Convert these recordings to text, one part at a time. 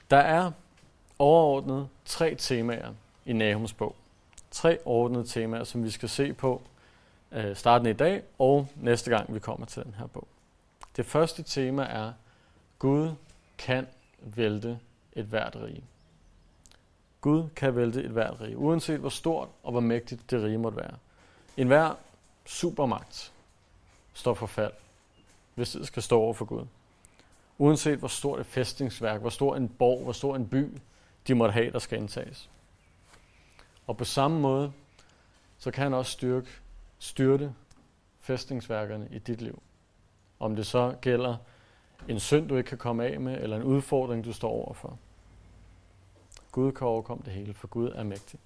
Der er overordnet 3 temaer i Nahums bog. 3 overordnede temaer, som vi skal se på starten i dag og næste gang, vi kommer til den her bog. Det første tema er, Gud kan vælte et hvert rige. Gud kan vælte et hvert rige, uanset hvor stort og hvor mægtigt det rige måtte være. Enhver supermagt står for fald, hvis det skal stå over for Gud. Uanset hvor stort et fæstningsværk, hvor stor en borg, hvor stor en by, de måtte have, der skal indtages. Og på samme måde, så kan han også styrte fæstningsværkerne i dit liv. Om det så gælder en synd, du ikke kan komme af med, eller en udfordring, du står overfor. Gud kan overkomme det hele, for Gud er mægtig.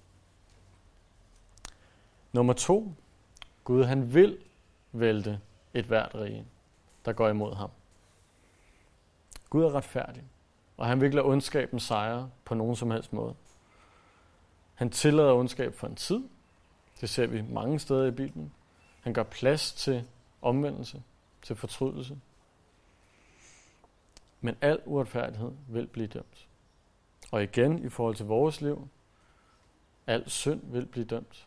Nummer 2. Gud han vil vælte et hvert rige, der går imod ham. Gud er retfærdig, og han vil ikke lade ondskaben sejre på nogen som helst måde. Han tillader ondskab for en tid. Det ser vi mange steder i Bibelen. Han gør plads til omvendelse, til fortrydelse. Men al uretfærdighed vil blive dømt. Og igen, i forhold til vores liv, al synd vil blive dømt.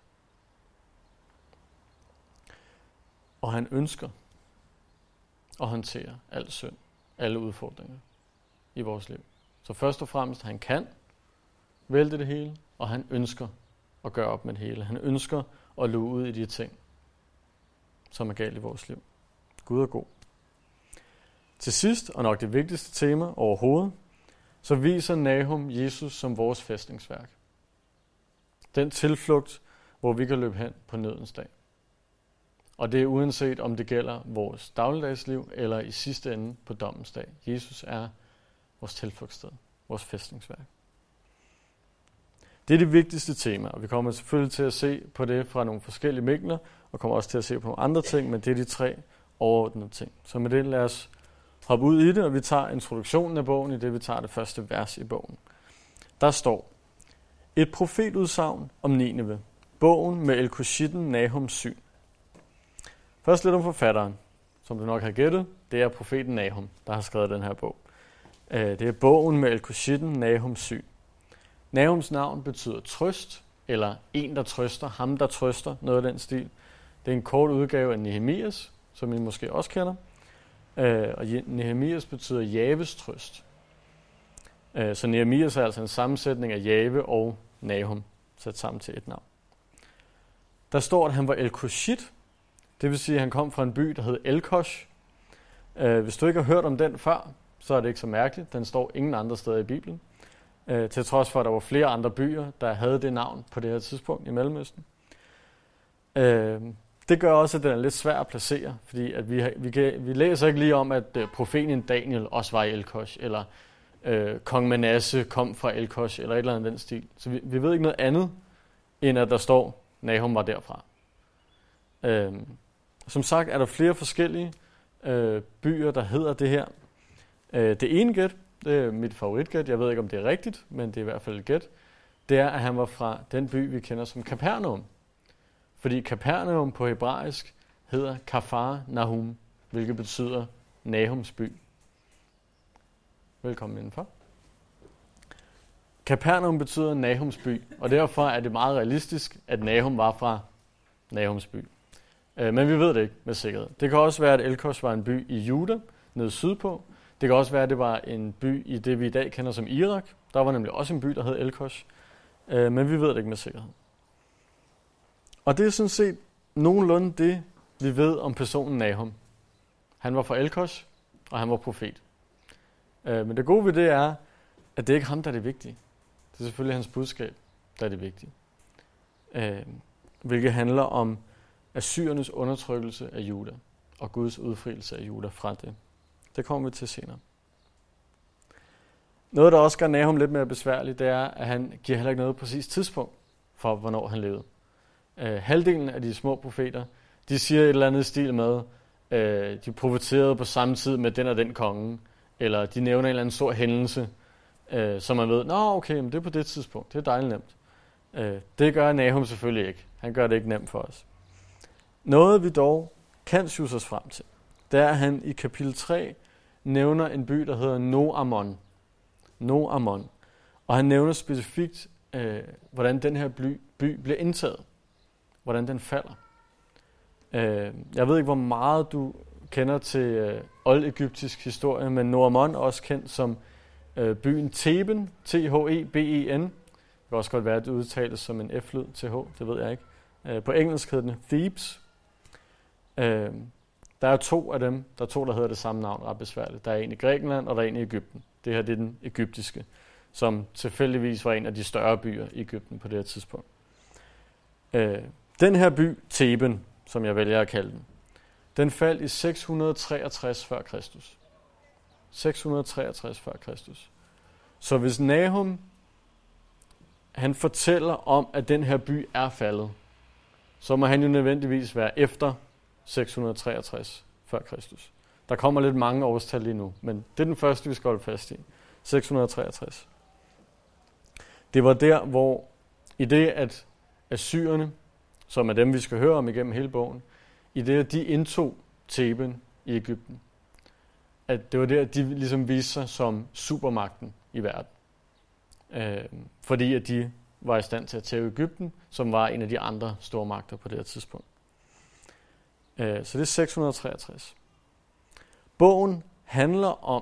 Og han ønsker at håndtere al synd, alle udfordringer i vores liv. Så først og fremmest, han kan vælte det hele, og han ønsker at gøre op med det hele. Han ønsker at luge ud i de ting, som er galt i vores liv. Gud er god. Til sidst, og nok det vigtigste tema overhovedet, så viser Nahum Jesus som vores fæstningsværk. Den tilflugt, hvor vi kan løbe hen på nødens dag. Og det er uanset om det gælder vores dagligdagsliv eller i sidste ende på dommens dag. Jesus er vores tilflugtssted, vores fæstningsværk. Det er det vigtigste tema, og vi kommer selvfølgelig til at se på det fra nogle forskellige vinkler, og kommer også til at se på nogle andre ting, men det er de 3 overordnede ting. Så med det lad os hoppe ud i det, og vi tager introduktionen af bogen i det, vi tager det første vers i bogen. Der står, et profetudsagn om Nineve, bogen med El-Kushitten Nahums syn. Først lidt om forfatteren, som du nok har gættet, det er profeten Nahum, der har skrevet den her bog. Det er bogen med El-Kushitten Nahums syn. Nahums navn betyder trøst, eller en, der trøster, ham, der trøster, noget af den stil. Det er en kort udgave af Nehemias, som I måske også kender. Og Nehemias betyder Javes trøst. Så Nehemias er altså en sammensætning af Jave og Nahum, sat sammen til et navn. Der står, at han var El-Kushit, det vil sige, at han kom fra en by, der hed El-Kosh. Hvis du ikke har hørt om den før, så er det ikke så mærkeligt. Den står ingen andre steder i Bibelen. Til trods for, at der var flere andre byer, der havde det navn på det her tidspunkt i Mellemøsten. Det gør også, at den er lidt svær at placere, fordi at vi læser ikke lige om, at profeten Daniel også var i El-Kosh, eller kong Manasse kom fra El-Kosh, eller et eller andet den stil. Så vi ved ikke noget andet, end at der står, Nahum var derfra. Som sagt er der flere forskellige byer, der hedder det her. Det ene gæt, det er mit favoritgæt, jeg ved ikke, om det er rigtigt, men det er i hvert fald et gæt, det er, at han var fra den by, vi kender som Kapernaum. Fordi Kapernaum på hebraisk hedder Kafar Nahum, hvilket betyder Nahums by. Velkommen indenfor. Kapernaum betyder Nahums by, og derfor er det meget realistisk, at Nahum var fra Nahums by. Men vi ved det ikke med sikkerhed. Det kan også være, at El-Kosh var en by i Juda, nede sydpå. Det kan også være, at det var en by i det, vi i dag kender som Irak. Der var nemlig også en by, der hed El-Kosh. Men vi ved det ikke med sikkerhed. Og det er sådan set nogenlunde det, vi ved om personen Nahum. Han var fra El-Kosh, og han var profet. Men det gode ved det er, at det ikke er ham, der er det vigtige. Det er selvfølgelig hans budskab, der er det vigtige. Hvilket handler om assyrernes undertrykkelse af Juda, og Guds udfrielse af Juda fra det. Det kommer vi til senere. Noget, der også gør Nahum lidt mere besværligt, det er, at han giver heller ikke noget præcis tidspunkt for, hvornår han levede. Halvdelen af de små profeter, de siger et eller andet stil med, de profeterede på samme tid med den og den konge, eller de nævner en eller anden stor hændelse, så man ved, okay, men det er på det tidspunkt, det er dejligt nemt. Det gør Nahum selvfølgelig ikke. Han gør det ikke nemt for os. Noget vi dog kan sjuse os frem til, det er, at han i kapitel 3 nævner en by, der hedder Noamon. No-Amon. Og han nævner specifikt, hvordan den her by bliver indtaget. Hvordan den falder. Jeg ved ikke, hvor meget du kender til oldegyptisk historie, men No-Amon er også kendt som byen Theben, T-H-E-B-E-N. Det kan også godt være, at det udtales som en F-lyd, T-H, det ved jeg ikke. På engelsk hedder den Thebes. Der er to af dem. Der er to, der hedder det samme navn, ret besværligt. Der er en i Grækenland, og der er en i Egypten. Det her det er den egyptiske, som tilfældigvis var en af de større byer i Egypten på det her tidspunkt. Den her by, Theben, som jeg vælger at kalde den, den faldt i 663 før Kristus. 663 før Kristus. Så hvis Nahum, han fortæller om, at den her by er faldet, så må han jo nødvendigvis være efter 663 før Kristus. Der kommer lidt mange årstal lige nu, men det er den første, vi skal holde fast i. 663. Det var der, hvor i det, at assyrerne, som er dem, vi skal høre om igennem hele bogen, i det, at de indtog Theben i Egypten, at det var der, at de ligesom viste sig som supermagten i verden. Fordi at de var i stand til at tage Egypten, som var en af de andre store magter på det her tidspunkt. Så det er 663. Bogen handler om,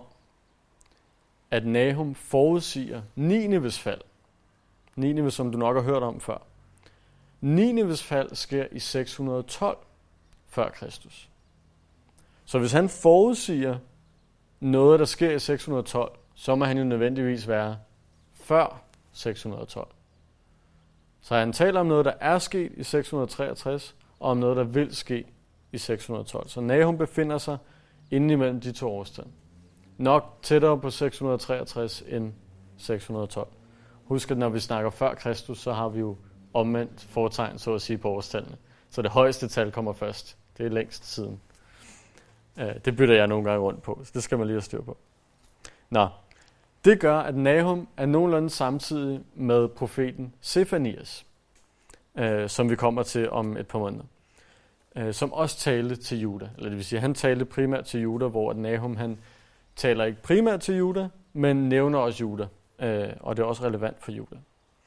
at Nahum forudsiger Nineves fald. Nineve, som du nok har hørt om før. Nineves fald sker i 612 før Kristus. Så hvis han forudsiger noget, der sker i 612, så må han jo nødvendigvis være før 612. Så han taler om noget, der er sket i 663, og om noget, der vil ske i 612. Så Nahum befinder sig inde imellem de to årstal. Nok tættere på 663 end 612. Husk, at når vi snakker før Kristus, så har vi jo omvendt fortegn, så at sige, på årstallene. Så det højeste tal kommer først. Det er længst siden. Det bytter jeg nogle gange rundt på, så det skal man lige have styr på. Nå, det gør, at Nahum er nogenlunde samtidig med profeten Sefanias, som vi kommer til om et par måneder, som også talte til Juda. Eller det vil sige, han talte primært til Juda, hvor Nahum han taler ikke primært til Juda, men nævner også Juda, og det er også relevant for Juda.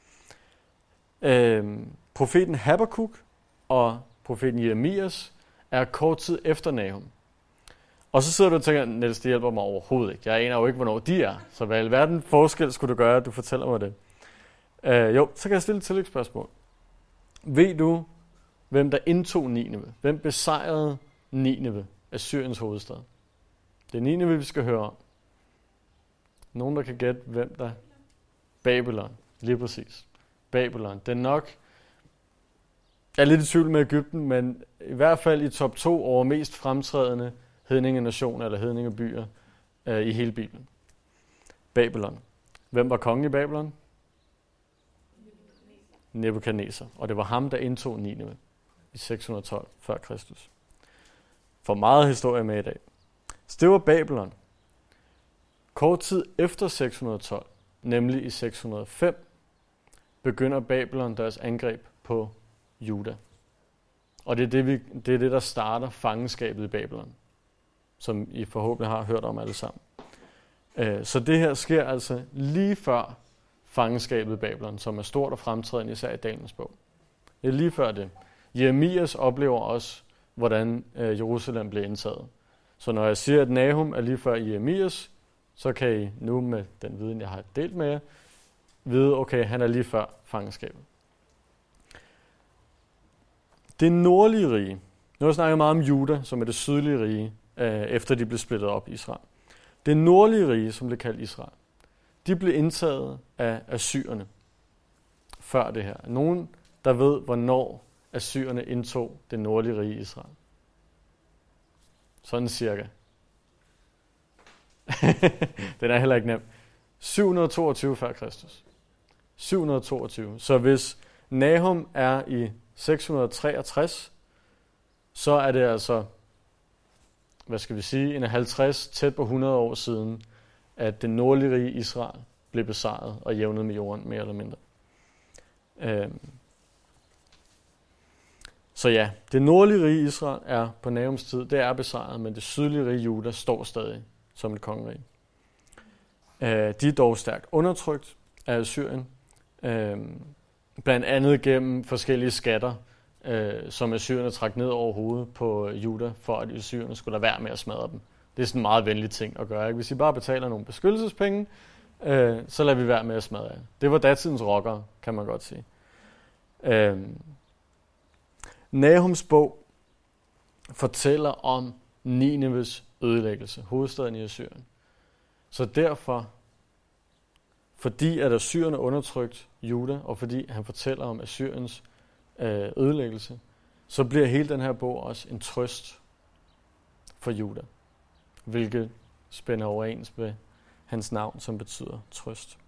Profeten Habakuk og profeten Jeremias er kort tid efter Nahum. Og så sidder du og tænker, Niels, det hjælper mig overhovedet ikke. Jeg aner jo ikke, hvornår de er. Så hvad i alverden forskel skulle du gøre, at du fortæller mig det? Så kan jeg stille et tillægsspørgsmål. Ved du, hvem der indtog Nineve? Hvem besejrede Nineve, Assyriens hovedstad? Det er Nineve, vi skal høre om. Nogen, der kan gætte, hvem der... Babylon, lige præcis. Babylon. Det er nok... Jeg er lidt i tvivl med Egypten, men i hvert fald i top 2 over mest fremtrædende hedningenationer eller hedningebyer i hele Bibelen. Babylon. Hvem var kongen i Babylon? Nebukadnesar. Og det var ham, der indtog Nineve i 612 før Kristus. For meget historie med i dag. Så det var Babylon. Kort tid efter 612, nemlig i 605, begynder Babylon deres angreb på Juda. Og det er det, der starter fangenskabet i Babylon, som I forhåbentlig har hørt om alle sammen. Så det her sker altså lige før fangenskabet i Babylon, som er stort og fremtrædende især i Daniels bog. Det er lige før det. Jeremias oplever også, hvordan Jerusalem blev indtaget. Så når jeg siger, at Nahum er lige før Jeremias, så kan I nu med den viden, jeg har delt med jer, vide, okay, han er lige før fangenskabet. Det nordlige rige. Nu har jeg snakket meget om Juda, som er det sydlige rige, efter de blev splittet op i Israel. Det nordlige rige, som blev kaldt Israel, de blev indtaget af assyrerne før det her. Nogen, der ved, hvornår assyrerne indtog det nordlige rige Israel. Sådan cirka. Den er heller ikke nem. 722 før Kristus. 722. Så hvis Nahum er i 663, så er det altså, hvad skal vi sige, en 50, tæt på 100 år siden, at det nordlige rige Israel blev besejret og jævnet med jorden, mere eller mindre. Så ja, det nordlige rige Israel er på Nahums tid, det er besejret, men det sydlige rige Juda står stadig som et kongerige. De er dog stærkt undertrykt af Assyrien, blandt andet gennem forskellige skatter, som Assyrerne trak ned over hovedet på Juda, for at Assyrerne skulle lade være med at smadre dem. Det er sådan en meget venlig ting at gøre. Ikke? Hvis I bare betaler nogle beskyttelsespenge, så lader vi være med at smadre jer. Det var datidens rockere, kan man godt sige. Nahums bog fortæller om Nineves ødelæggelse, hovedstaden i Assyrien. Så derfor, fordi at Assyrerne undertrykt Juda, og fordi han fortæller om Assyriens ødelæggelse, så bliver hele den her bog også en trøst for Juda, hvilket spænder overens med hans navn, som betyder trøst.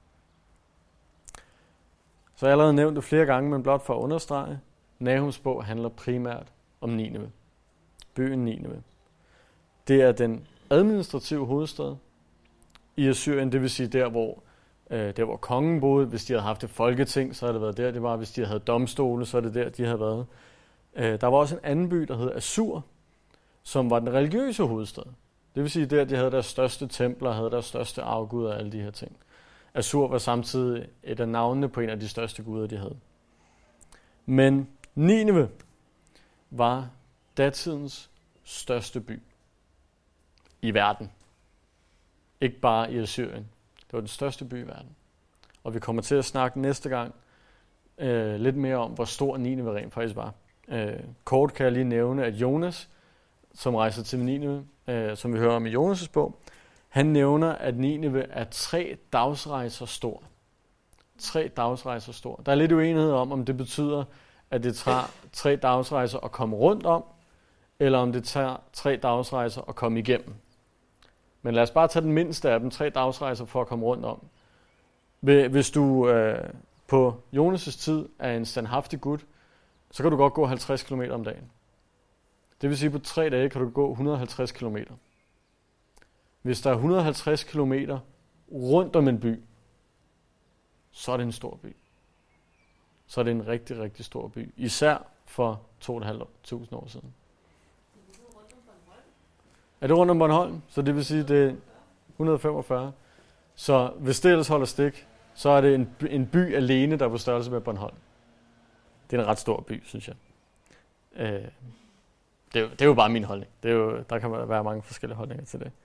Så jeg har allerede nævnt det flere gange, men blot for at understrege, Nahums bog handler primært om Nineve, byen Nineve. Det er den administrative hovedstad i Assyrien, det vil sige der, hvor kongen boede. Hvis de havde haft et folketing, så havde det været der, det var. Hvis de havde domstole, så er det der, de havde været. Der var også en anden by, der hed Assur, som var den religiøse hovedstad. Det vil sige der, de havde deres største templer, havde deres største afguder og alle de her ting. Assur var samtidig et af navnene på en af de største guder, de havde. Men Nineve var datidens største by i verden. Ikke bare i Assyrien. Det var den største by i verden. Og vi kommer til at snakke næste gang lidt mere om, hvor stor Nineve rent faktisk var. Kort kan jeg lige nævne, at Jonas, som rejser til Nineve, som vi hører om i Jonas' bog, han nævner, at Nineve er 3 dagsrejser stor. 3 dagsrejser stor. Der er lidt uenighed om det betyder, at det tager 3 dagsrejser at komme rundt om, eller om det tager 3 dagsrejser at komme igennem. Men lad os bare tage den mindste af dem, 3 dagsrejser for at komme rundt om. Hvis du på Jonas' tid er en standhaftig gut, så kan du godt gå 50 km om dagen. Det vil sige, at på 3 dage kan du gå 150 km. Hvis der er 150 km rundt om en by, så er det en stor by. Så er det en rigtig, rigtig stor by. Især for 2.500 år siden. Er det rundt om Bornholm? Så det vil sige, det er 145. Så hvis det ellers holder stik, så er det en by alene, der er på størrelse med Bornholm. Det er en ret stor by, synes jeg. Det er jo bare min holdning. Der kan være mange forskellige holdninger til det.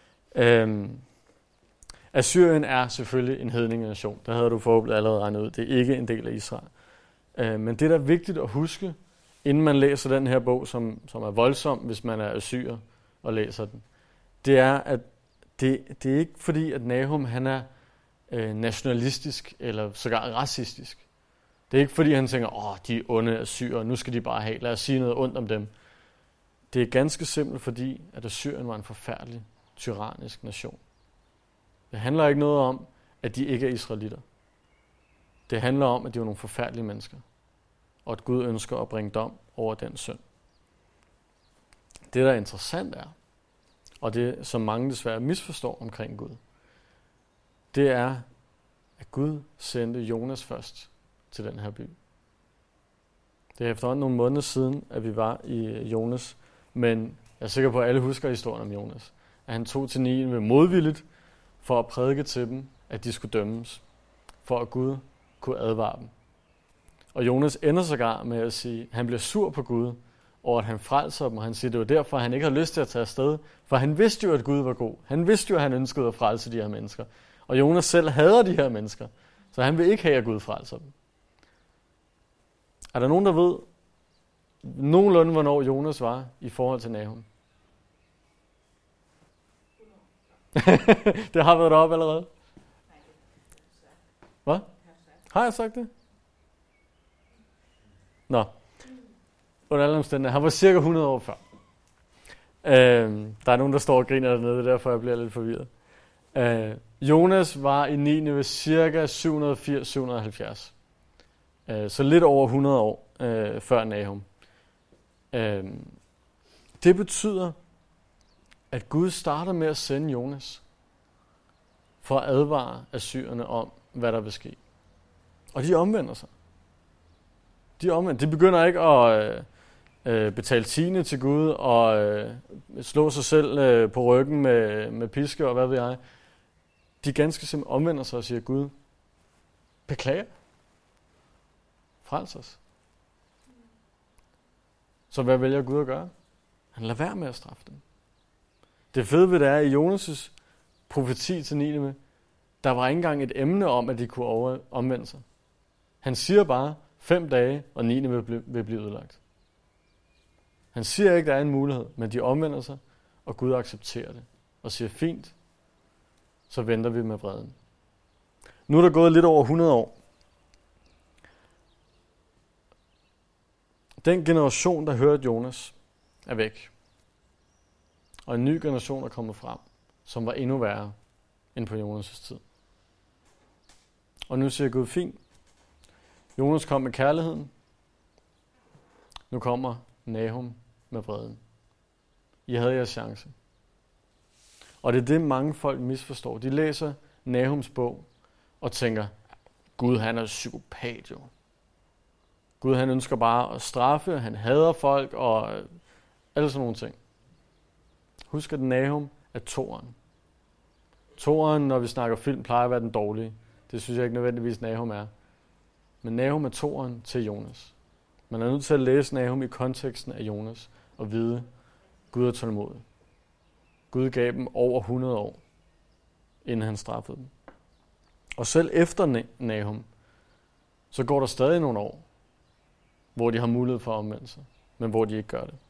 Assyrien er selvfølgelig en hedningenation. Der havde du forhåbentlig allerede regnet ud. Det er ikke en del af Israel. Men det, der er vigtigt at huske, inden man læser den her bog, som er voldsom, hvis man er assyrer og læser den, det er, at det er ikke fordi, at Nahum han er nationalistisk eller sågar racistisk. Det er ikke fordi, han tænker, de er onde assyrer, nu skal de bare have, lad os sige noget ondt om dem. Det er ganske simpelt fordi, at Assyrien var en forfærdelig, tyrannisk nation. Det handler ikke noget om, at de ikke er israelitter. Det handler om, at de var nogle forfærdelige mennesker, og at Gud ønsker at bringe dom over den synd. Det, der er interessant er, og det, som mange desværre misforstår omkring Gud, det er, at Gud sendte Jonas først til den her by. Det er efterhånden nogle måneder siden, at vi var i Jonas, men jeg er sikker på, at alle husker historien om Jonas. At han tog til Nineve modvilligt for at prædike til dem, at de skulle dømmes, for at Gud kunne advare dem. Og Jonas ender sågar med at sige, at han bliver sur på Gud, over at han frelser dem, og han siger, at det var derfor, at han ikke havde lyst til at tage afsted, for han vidste jo, at Gud var god. Han vidste jo, at han ønskede at frelse de her mennesker. Og Jonas selv hader de her mennesker, så han vil ikke have, at Gud frelser dem. Er der nogen, der ved nogenlunde, hvornår Jonas var i forhold til Nahum? Det har været deroppe allerede. Hvad? Har jeg sagt det? Nå. Under alle omstændigheder. Han var cirka 100 år før. Der er nogen, der står og griner dernede, det er derfor, jeg bliver lidt forvirret. Jonas var i Nineve cirka 780-770. Så lidt over 100 år før Nahum. Det betyder, at Gud starter med at sende Jonas for at advare assyrerne om, hvad der vil ske. Og de omvender sig. De begynder ikke at betale tiende til Gud og slå sig selv på ryggen med piske og hvad ved jeg. de ganske simpelthen omvender sig og siger, Gud, beklager. Frels os. Så hvad vælger Gud at gøre? Han lader være med at straffe dem. Det fede ved det er, i Jonas' profeti til Nineve, der var ikke engang et emne om, at de kunne omvende sig. Han siger bare, 5 dage, og Nineve vil blive ødelagt. Han siger ikke, der er en mulighed, men de omvender sig, og Gud accepterer det. Og siger, fint, så venter vi med vreden. Nu er der gået lidt over 100 år. Den generation, der hørte Jonas, er væk. Og en ny generation er kommet frem, som var endnu værre end på Jonas' tid. Og nu siger Gud, fint. Jonas kom med kærligheden. Nu kommer Nahum med vreden. I havde jeres chance. Og det er det, mange folk misforstår. De læser Nahums bog og tænker, Gud han er psykopat jo. Gud han ønsker bare at straffe, han hader folk og alle sådan nogle ting. Husk, at Nahum er toeren. Toeren, når vi snakker film, plejer at være den dårlige. Det synes jeg ikke nødvendigvis Nahum er. Men Nahum er toeren til Jonas. Man er nødt til at læse Nahum i konteksten af Jonas og vide, Gud er tålmodig. Gud gav dem over 100 år, inden han straffede dem. Og selv efter Nahum, så går der stadig nogle år, hvor de har mulighed for at omvende sig, men hvor de ikke gør det.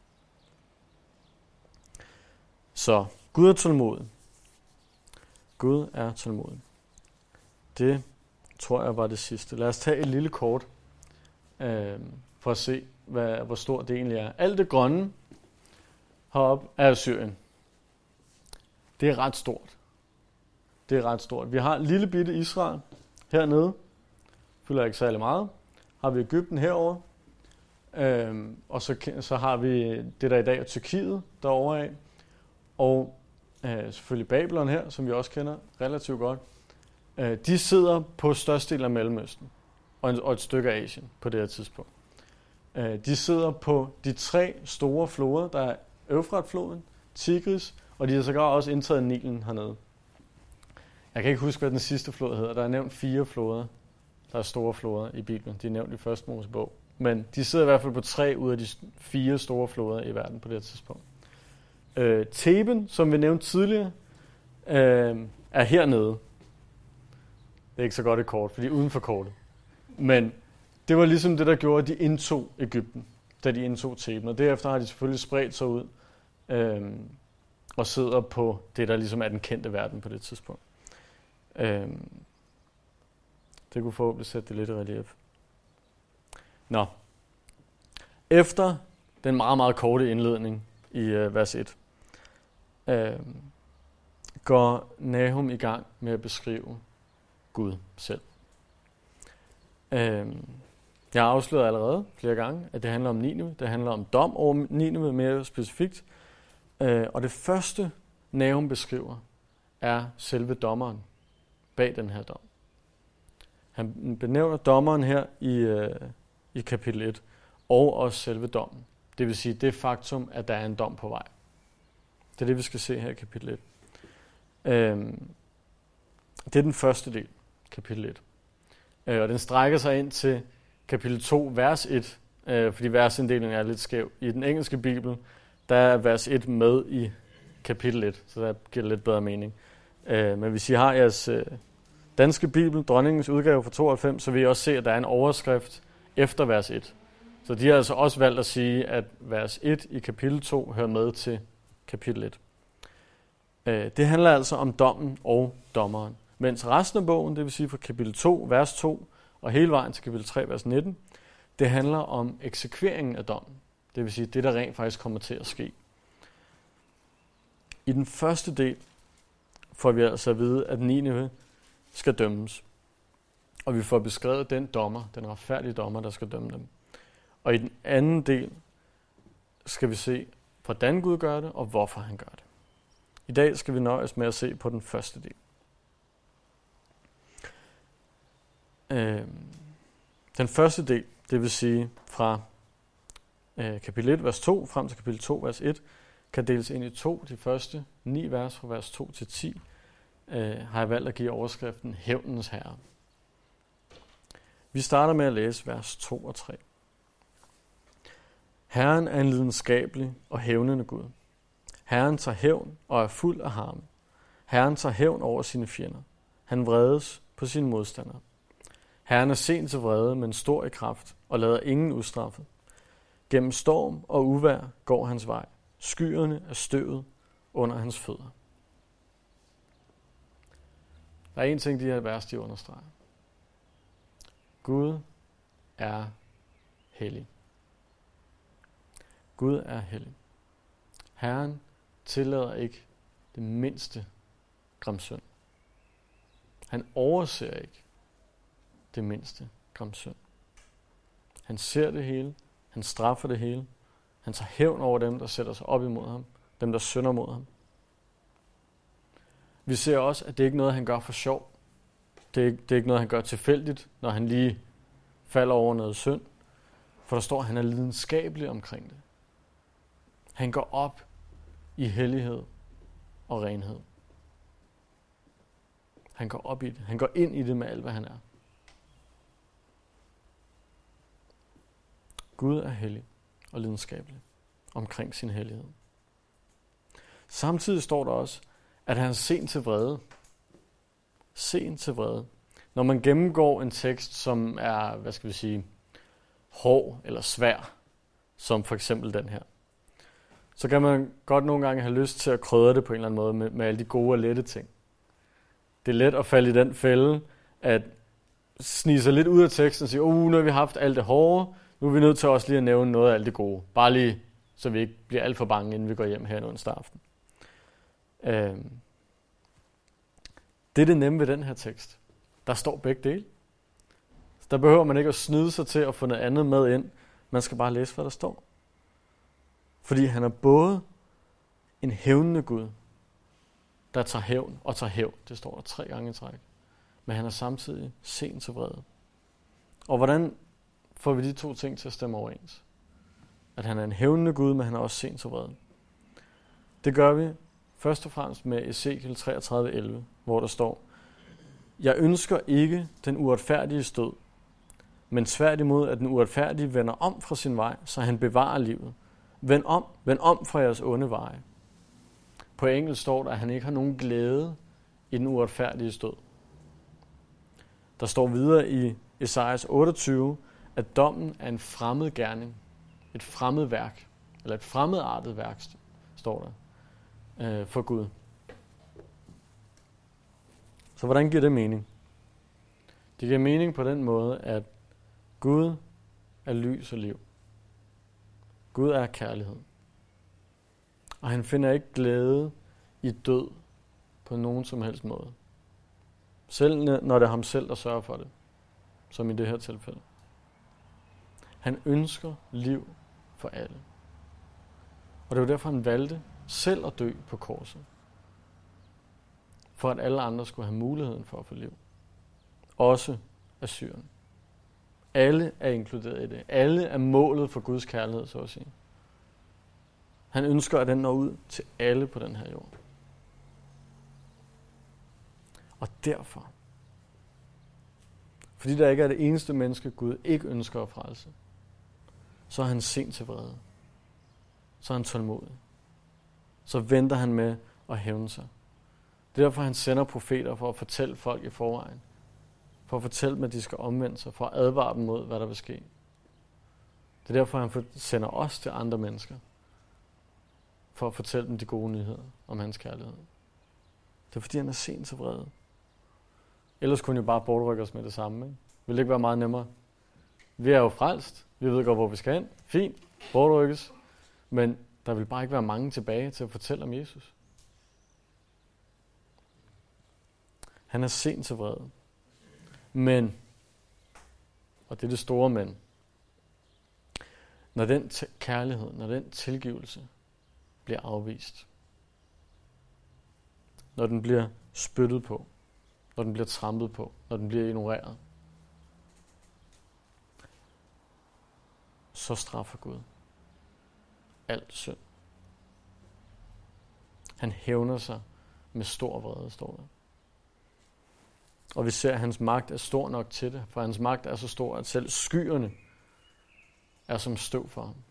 Så Gud er tålmodig. Gud er tålmodig. Det tror jeg var det sidste. Lad os tage et lille kort, for at se, hvor stort det egentlig er. Alt det grønne heroppe er Syrien. Det er ret stort. Det er ret stort. Vi har lille bitte Israel hernede. Fylder ikke særlig meget. Har vi Egypten herovre. Og så har vi det, der i dag er Tyrkiet derovre af. Og selvfølgelig Babylon her, som vi også kender relativt godt. De sidder på størstedelen af Mellemøsten og et stykke af Asien på det her tidspunkt. De sidder på de 3 store floder, der er Eufrat-floden, Tigris, og de har sågar også indtaget Nilen hernede. Jeg kan ikke huske, hvad den sidste flod hedder. Der er nævnt 4 floder, der er store floder i Bibelen. De er nævnt i Første Mosebog. Men de sidder i hvert fald på 3 ud af de 4 store floder i verden på det her tidspunkt. Theben, som vi nævnte tidligere, er hernede. Det er ikke så godt et kort, fordi uden for kortet. Men det var ligesom det, der gjorde, at de indtog Egypten, da de indtog Theben. Og derefter har de selvfølgelig spredt sig ud og sidder på det, der ligesom er den kendte verden på det tidspunkt. Det kunne forhåbentlig sætte det lidt i relief. Nå. Efter den meget, meget korte indledning i vers 1, går Nahum i gang med at beskrive Gud selv. Jeg har afsløret allerede flere gange, at det handler om Nineve. Det handler om dom over Nineve mere specifikt. Og det første, Nahum beskriver, er selve dommeren bag den her dom. Han benævner dommeren her i kapitel 1, og også selve dommen. Det vil sige det faktum, at der er en dom på vej. Det er det, vi skal se her i kapitel 1. Det er den første del, kapitel 1. Og den strækker sig ind til kapitel 2, vers 1, fordi versinddelingen er lidt skæv. I den engelske bibel, der er vers 1 med i kapitel 1, så der giver det lidt bedre mening. Men hvis I har jeres danske bibel, dronningens udgave fra 92, så vil I også se, at der er en overskrift efter vers 1. Så de har altså også valgt at sige, at vers 1 i kapitel 2 hører med til kapitel 1. Det handler altså om dommen og dommeren. Mens resten af bogen, det vil sige fra kapitel 2, vers 2, og hele vejen til kapitel 3, vers 19, det handler om eksekveringen af dommen. Det vil sige det, der rent faktisk kommer til at ske. I den første del får vi altså at vide, at Nineve skal dømmes. Og vi får beskrevet den dommer, den retfærdige dommer, der skal dømme dem. Og i den anden del skal vi se, hvordan Gud gør det, og hvorfor han gør det. I dag skal vi nøjes med at se på den første del. Den første del, det vil sige fra kapitel 1, vers 2, frem til kapitel 2, vers 1, kan deles ind i 2. De første 9 vers fra vers 2 til 10. har jeg valgt at give overskriften Hævnens Herre. Vi starter med at læse vers 2 og 3. Herren er en lidenskabelig og hævnende Gud. Herren tager hævn og er fuld af harme. Herren tager hævn over sine fjender. Han vredes på sine modstandere. Herren er sen til vrede, men stor i kraft, og lader ingen ustraffet. Gennem storm og uvejr går hans vej. Skyerne er støvet under hans fødder. Der er en ting, de her vers, de understreger. Gud er hellig. Gud er hellig. Herren tillader ikke det mindste gram synd. Han overser ikke det mindste gram synd. Han ser det hele. Han straffer det hele. Han tager hævn over dem, der sætter sig op imod ham. Dem, der synder mod ham. Vi ser også, at det ikke er noget, han gør for sjov. Det er ikke noget, han gør tilfældigt, når han lige falder over noget synd. For der står, at han er lidenskabelig omkring det. Han går op i hellighed og renhed. Han går op i det. Han går ind i det med alt, hvad han er. Gud er hellig og lidenskabelig omkring sin hellighed. Samtidig står der også, at han er sen til vrede. Sen til vrede. Når man gennemgår en tekst, som er, hård eller svær, som for eksempel den her, så kan man godt nogle gange have lyst til at krydre det på en eller anden måde med alle de gode og lette ting. Det er let at falde i den fælde, at snige sig lidt ud af teksten og sige, nu har vi haft alt det hårde, nu er vi nødt til også lige at nævne noget af alt det gode. Bare lige, så vi ikke bliver alt for bange, inden vi går hjem her en onsdag aften. Det er det nemme ved den her tekst. Der står begge dele. Så der behøver man ikke at snyde sig til at få noget andet med ind. Man skal bare læse, hvad der står. Fordi han er både en hævnende Gud, der tager hævn og tager hævn. Det står der 3 gange i træk. Men han er samtidig sen til vrede. Og hvordan får vi de 2 ting til at stemme overens? At han er en hævnende Gud, men han er også sen til vrede. Det gør vi først og fremmest med Ezekiel 33:11, hvor der står, jeg ønsker ikke den uretfærdige stød, men tværtimod, at den uretfærdige vender om fra sin vej, så han bevarer livet. Vend om fra jeres onde veje. På engelsk står der, at han ikke har nogen glæde i den uretfærdige stød. Der står videre i Esajas 28, at dommen er en fremmed gerning, et fremmed værk, eller et fremmedartet værk, står der, for Gud. Så hvordan giver det mening? Det giver mening på den måde, at Gud er lys og liv. Gud er kærlighed. Og han finder ikke glæde i død på nogen som helst måde. Selv når det er ham selv, der sørger for det. Som i det her tilfælde. Han ønsker liv for alle. Og det var derfor, han valgte selv at dø på korset. For at alle andre skulle have muligheden for at få liv. Også assyrerne. Alle er inkluderet i det. Alle er målet for Guds kærlighed, så at sige. Han ønsker, at den når ud til alle på den her jord. Og derfor, fordi der ikke er det eneste menneske, Gud ikke ønsker at frelse, så er han sent til vrede. Så er han tålmodig. Så venter han med at hævne sig. Det er derfor, han sender profeter for at fortælle folk i forvejen. For at fortælle dem, at de skal omvende sig. For at advare dem mod, hvad der vil ske. Det er derfor, han sender os til andre mennesker. For at fortælle dem de gode nyheder om hans kærlighed. Det er fordi, han er sent til vrede. Ellers kunne han jo bare bortrykke os med det samme. Ikke? Vil det ikke være meget nemmere? Vi er jo frelst. Vi ved godt, hvor vi skal hen. Fint. Bortrykkes. Men der vil bare ikke være mange tilbage til at fortælle om Jesus. Han er sent til vrede. Men, og det er det store men, når den kærlighed, når den tilgivelse bliver afvist, når den bliver spyttet på, når den bliver trampet på, når den bliver ignoreret, så straffer Gud alt synd. Han hævner sig med stor vrede, står der. Og vi ser, at hans magt er stor nok til det, for hans magt er så stor, at selv skyerne er som støv for ham.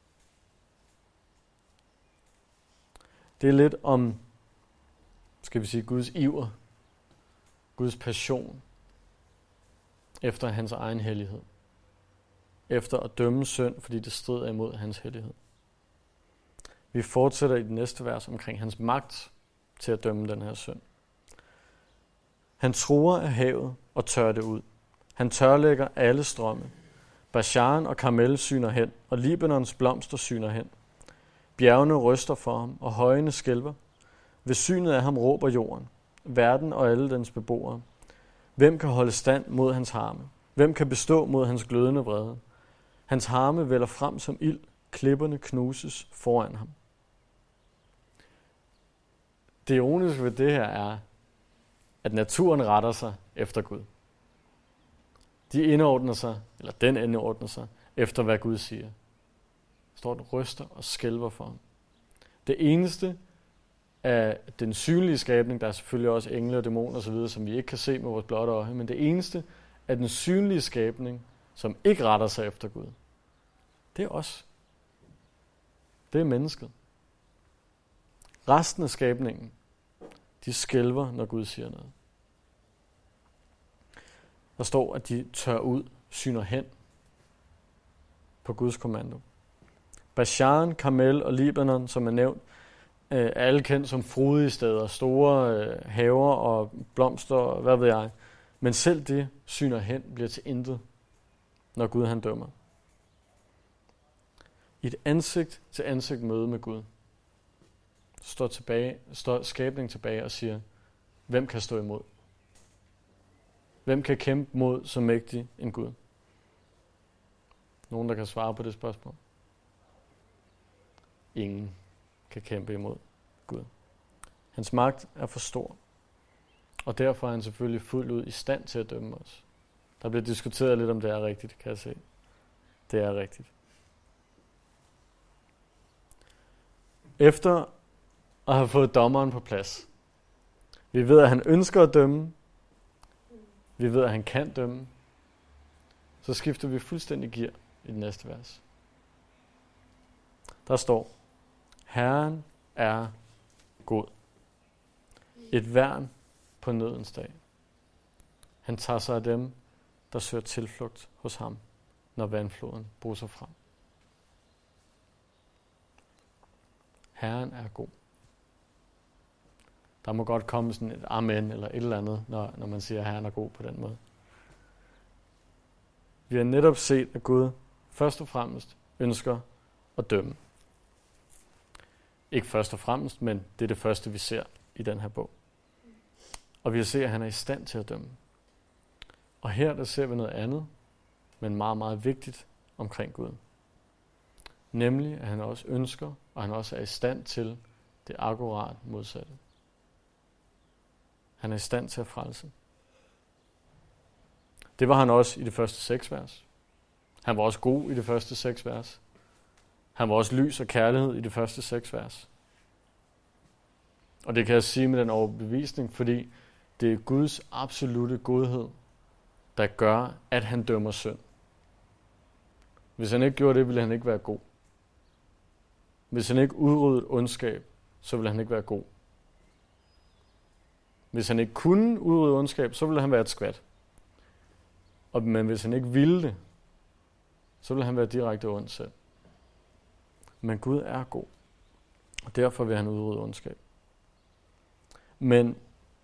Det er lidt om, skal vi sige, Guds iver, Guds passion efter hans egen hellighed. Efter at dømme synd, fordi det strider imod hans hellighed. Vi fortsætter i det næste vers omkring hans magt til at dømme den her synd. Han truer af havet og tør det ud. Han tørlægger alle strømme. Bashan og Karmel syner hen, og Libanons blomster syner hen. Bjergene ryster for ham, og højene skælver. Ved synet af ham råber jorden, verden og alle dens beboere. Hvem kan holde stand mod hans harme? Hvem kan bestå mod hans glødende vrede? Hans harme vælder frem som ild, klipperne knuses foran ham. Det ironiske ved det her er, at naturen retter sig efter Gud. Den indordner sig efter, hvad Gud siger. Står den ryster og skælver for ham. Det eneste af den synlige skabning, der er selvfølgelig også engle og dæmoner osv., som vi ikke kan se med vores blotte øje, men det eneste af den synlige skabning, som ikke retter sig efter Gud, det er os. Det er mennesket. Resten af skabningen, de skælver, når Gud siger noget. Der står, at de tør ud, syner hen på Guds kommando. Bashan, Karmel og Libanon, som er nævnt, er alle kendt som frodige steder, store haver og blomster, og hvad ved jeg. Men selv det syner hen, bliver til intet, når Gud han dømmer. I et ansigt til ansigt møde med Gud, står skabningen tilbage og siger, hvem kan stå imod? Hvem kan kæmpe mod så mægtig en Gud? Nogen, der kan svare på det spørgsmål? Ingen kan kæmpe imod Gud. Hans magt er for stor, og derfor er han selvfølgelig fuldt ud i stand til at dømme os. Der bliver diskuteret lidt, om det er rigtigt, kan jeg se. Det er rigtigt. Efter at have fået dommeren på plads, vi ved, at han ønsker at dømme, vi ved, at han kan dømme, så skifter vi fuldstændig gear i det næste vers. Der står, Herren er god. Et værn på nødens dag. Han tager sig af dem, der søger tilflugt hos ham, når vandfloden bruser frem. Herren er god. Der må godt komme sådan et amen eller et eller andet, når man siger, at Herren er god på den måde. Vi har netop set, at Gud først og fremmest ønsker at dømme. Ikke først og fremmest, men det er det første, vi ser i den her bog. Og vi har set, at han er i stand til at dømme. Og her der ser vi noget andet, men meget, meget vigtigt omkring Gud. Nemlig, at han også ønsker, og han også er i stand til det akkurat modsatte. Han er i stand til at frelse. Det var han også i de første 6 vers. Han var også god i de første 6 vers. Han var også lys og kærlighed i de første 6 vers. Og det kan jeg sige med den overbevisning, fordi det er Guds absolute godhed, der gør, at han dømmer synd. Hvis han ikke gjorde det, ville han ikke være god. Hvis han ikke udryddede ondskab, så ville han ikke være god. Hvis han ikke kunne udrydde ondskab, så ville han være et skvat. Men hvis han ikke ville det, så ville han være direkte ond selv. Men Gud er god, og derfor vil han udrydde ondskab. Men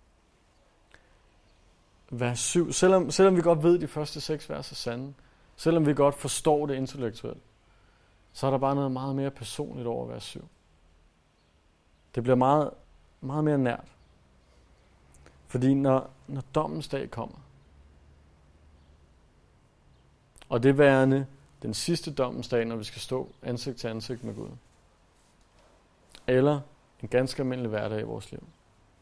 vers 7, selvom vi godt ved, de første 6 vers er sande, selvom vi godt forstår det intellektuelt, så er der bare noget meget mere personligt over vers 7. Det bliver meget, meget mere nært. Fordi når dommens dag kommer, og det værende den sidste dommens dag, når vi skal stå ansigt til ansigt med Gud, eller en ganske almindelig hverdag i vores liv,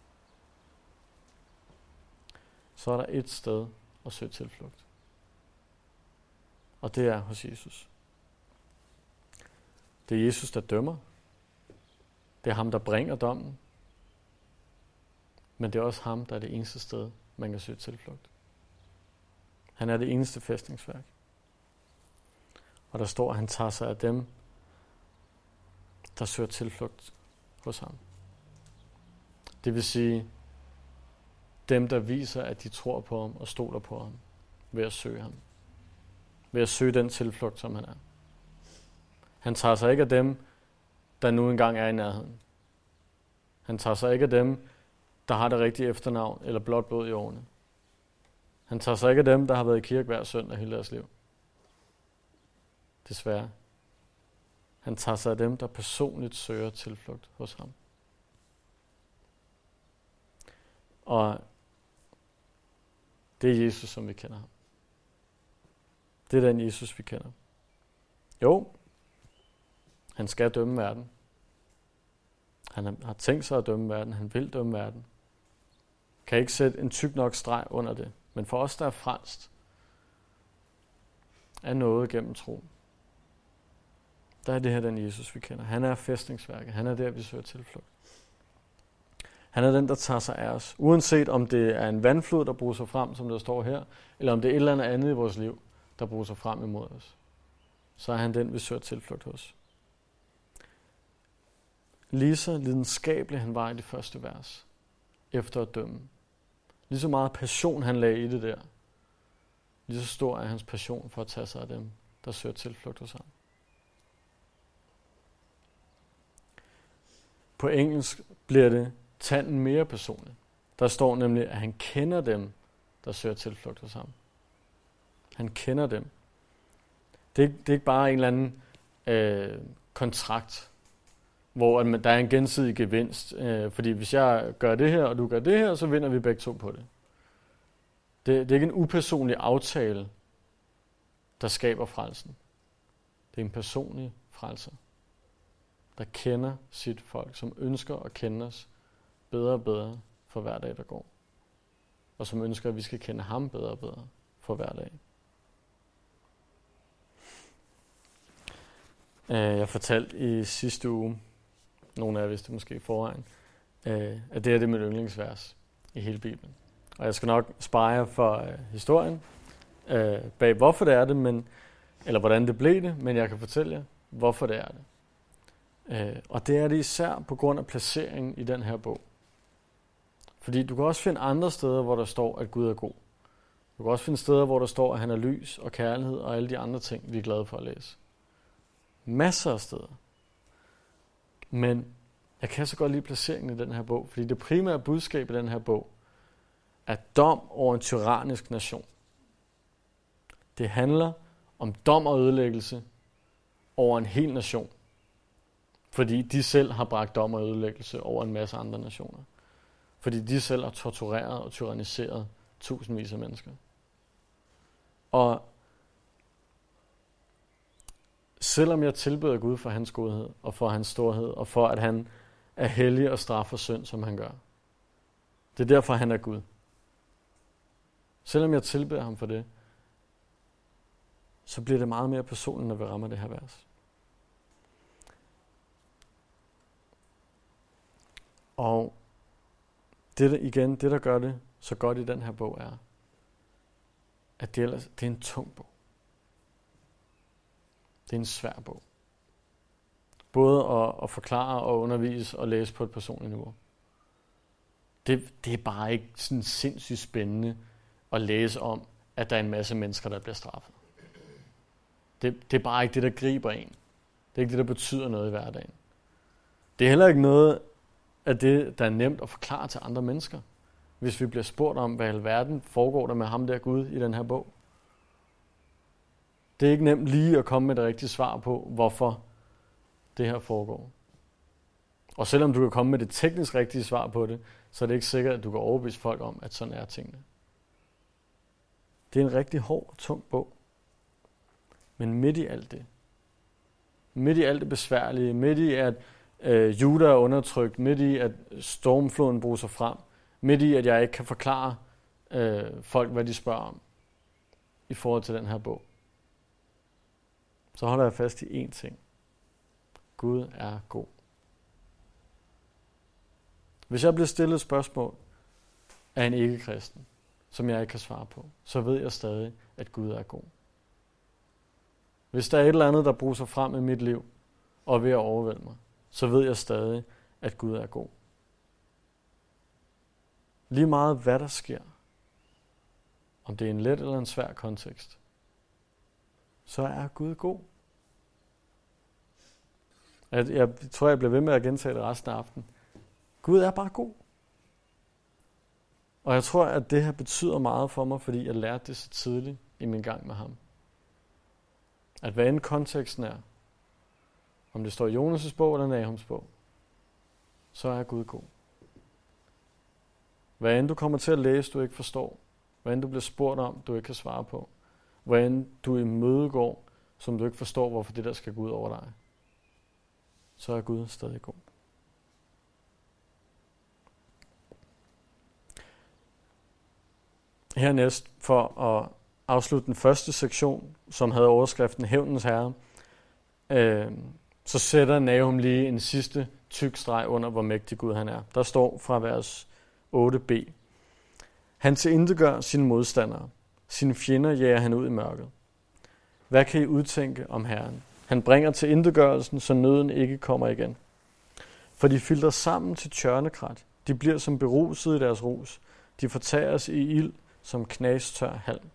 så er der et sted at søge tilflugt. Og det er hos Jesus. Det er Jesus, der dømmer. Det er ham, der bringer dommen. Men det er også ham, der er det eneste sted, man kan søge tilflugt. Han er det eneste fæstningsværk. Og der står, at han tager sig af dem, der søger tilflugt hos ham. Det vil sige, dem, der viser, at de tror på ham og stoler på ham, ved at søge ham. Ved at søge den tilflugt, som han er. Han tager sig ikke af dem, der nu engang er i nærheden. Han tager sig ikke af dem, der har det rigtige efternavn eller blot blod i årene. Han tager sig ikke af dem, der har været i kirke hver søndag hele deres liv. Desværre. Han tager sig af dem, der personligt søger tilflugt hos ham. Og det er Jesus, som vi kender ham. Det er den Jesus, vi kender. Jo, han skal dømme verden. Han har tænkt sig at dømme verden. Han vil dømme verden. Kan ikke sætte en tyk nok streg under det. Men for os, der er frelst, er noget gennem tro. Der er det her den Jesus, vi kender. Han er fæstningsværket. Han er der, vi søger tilflugt. Han er den, der tager sig af os. Uanset om det er en vandflod, der bruser frem, som der står her, eller om det er et eller andet i vores liv, der bruser frem imod os, så er han den, vi søger tilflugt hos. Lige så lidenskabelig han var i det første vers, efter at dømme. Lige så meget passion han lagde i det der, lige så stor er hans passion for at tage sig af dem, der søger tilflugt hos ham. På engelsk bliver det tanden mere personligt. Der står nemlig, at han kender dem, der søger tilflugt hos ham. Han kender dem. Det er ikke bare en eller anden kontrakt, hvor der er en gensidig gevinst. Fordi hvis jeg gør det her, og du gør det her, så vinder vi begge to på det. Det er ikke en upersonlig aftale, der skaber frelsen. Det er en personlig frelser, der kender sit folk, som ønsker at kende os bedre og bedre for hver dag, der går. Og som ønsker, at vi skal kende ham bedre og bedre for hver dag. Jeg fortalte i sidste uge, nogle af jer vidste måske i forvejen, at det er mit yndlingsvers i hele Bibelen. Og jeg skal nok spare jer for historien bag, hvorfor det er det, eller hvordan det blev det, men jeg kan fortælle jer, hvorfor det er det. Og det er det især på grund af placeringen i den her bog. Fordi du kan også finde andre steder, hvor der står, at Gud er god. Du kan også finde steder, hvor der står, at han er lys og kærlighed og alle de andre ting, vi er glade for at læse. Masser af steder. Men jeg kan så godt lide placeringen i den her bog, fordi det primære budskab i den her bog er dom over en tyrannisk nation. Det handler om dom og ødelæggelse over en hel nation. Fordi de selv har bragt dom og ødelæggelse over en masse andre nationer. Fordi de selv har tortureret og tyranniseret tusindvis af mennesker. Og selvom jeg tilbeder Gud for hans godhed og for hans storhed og for at han er hellig og straffer synd, som han gør. Det er derfor, han er Gud. Selvom jeg tilbeder ham for det, så bliver det meget mere personligt, når vi rammer det her vers. Og det der gør det så godt i den her bog, er, at det er en tung bog. Det er en svær bog. Både at forklare og undervise og læse på et personligt niveau. Det er bare ikke sådan sindssygt spændende at læse om, at der er en masse mennesker, der bliver straffet. Det er bare ikke det, der griber en. Det er ikke det, der betyder noget i hverdagen. Det er heller ikke noget af det, der er nemt at forklare til andre mennesker, hvis vi bliver spurgt om, hvad i alverden foregår der med ham der Gud i den her bog. Det er ikke nemt lige at komme med det rigtige svar på, hvorfor det her foregår. Og selvom du kan komme med det teknisk rigtige svar på det, så er det ikke sikkert, at du kan overbevise folk om, at sådan er tingene. Det er en rigtig hård og tung bog. Men midt i alt det besværlige, midt i at Juda er undertrykt, midt i at stormfloden bruser frem, midt i at jeg ikke kan forklare folk, hvad de spørger om i forhold til den her bog, så holder jeg fast i én ting. Gud er god. Hvis jeg bliver stillet et spørgsmål af en ikke-kristen, som jeg ikke kan svare på, så ved jeg stadig, at Gud er god. Hvis der er et eller andet, der bruser frem i mit liv, og er ved at overvælde mig, så ved jeg stadig, at Gud er god. Lige meget hvad der sker, om det er en let eller en svær kontekst, så er Gud god. Jeg tror, jeg bliver ved med at gentage det resten af aftenen. Gud er bare god. Og jeg tror, at det her betyder meget for mig, fordi jeg lærte det så tidligt i min gang med ham. At hvad end konteksten er, om det står i Jonas' bog eller Nahums bog, så er Gud god. Hvad end du kommer til at læse, du ikke forstår, hvad end du bliver spurgt om, du ikke kan svare på, hvad end du imødegår, som du ikke forstår, hvorfor det der skal gå ud over dig, så er Gud stadig god. Hernæst, for at afslutte den første sektion, som havde overskriften Hævnens Herre, så sætter Nahum lige en sidste tyk streg under, hvor mægtig Gud han er. Der står fra vers 8b. Han tilintetgør sine modstandere. Sine fjender jager han ud i mørket. Hvad kan I udtænke om Herren? Han bringer tilintetgørelsen, så nøden ikke kommer igen. For de filtrer sammen til tjørnekrat. De bliver som beruset i deres rus. De fortæres i ild som knastør halm.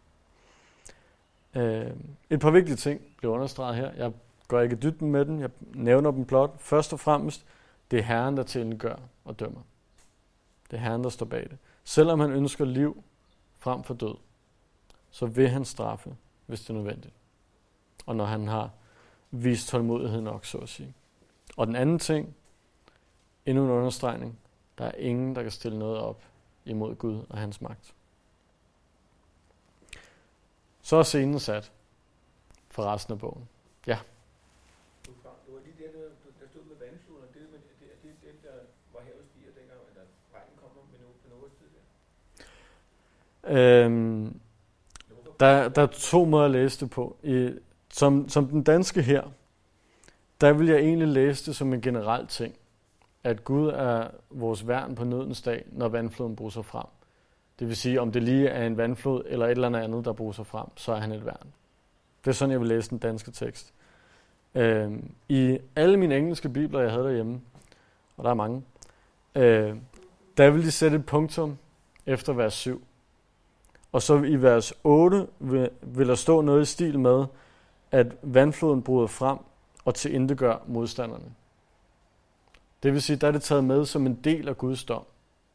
Et par vigtige ting bliver understreget her. Jeg går ikke i dybden med dem. Jeg nævner dem blot. Først og fremmest, det er Herren, der tilintetgør og dømmer. Det er Herren, der står bag det. Selvom han ønsker liv frem for død, så vil han straffe, hvis det er nødvendigt. Og når han har vist tålmodighed nok, så at sige. Og den anden ting, endnu en understregning, der er ingen, der kan stille noget op imod Gud og hans magt. Så er scenen sat for resten af bogen. Ja. Det var lige der stod med vandfloden, og det er den, der var havet stiger dengang, eller regnen kommer med noget tid der. Der er to måder at læse det på. Som den danske her, der vil jeg egentlig læse det som en generel ting. At Gud er vores værn på nødens dag, når vandfloden bruser frem. Det vil sige, om det lige er en vandflod eller et eller andet, der bruser frem, så er han et værn. Det er sådan, jeg vil læse den danske tekst. I alle mine engelske bibler, jeg havde derhjemme, og der er mange, der vil de sætte et punktum efter vers 7. Og så i vers 8 vil der stå noget i stil med, at vandfloden bryder frem og tilintetgør modstanderne. Det vil sige, der er det taget med som en del af Guds dom.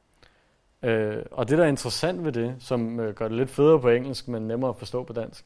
Og det, der er interessant ved det, som gør det lidt federe på engelsk, men nemmere at forstå på dansk,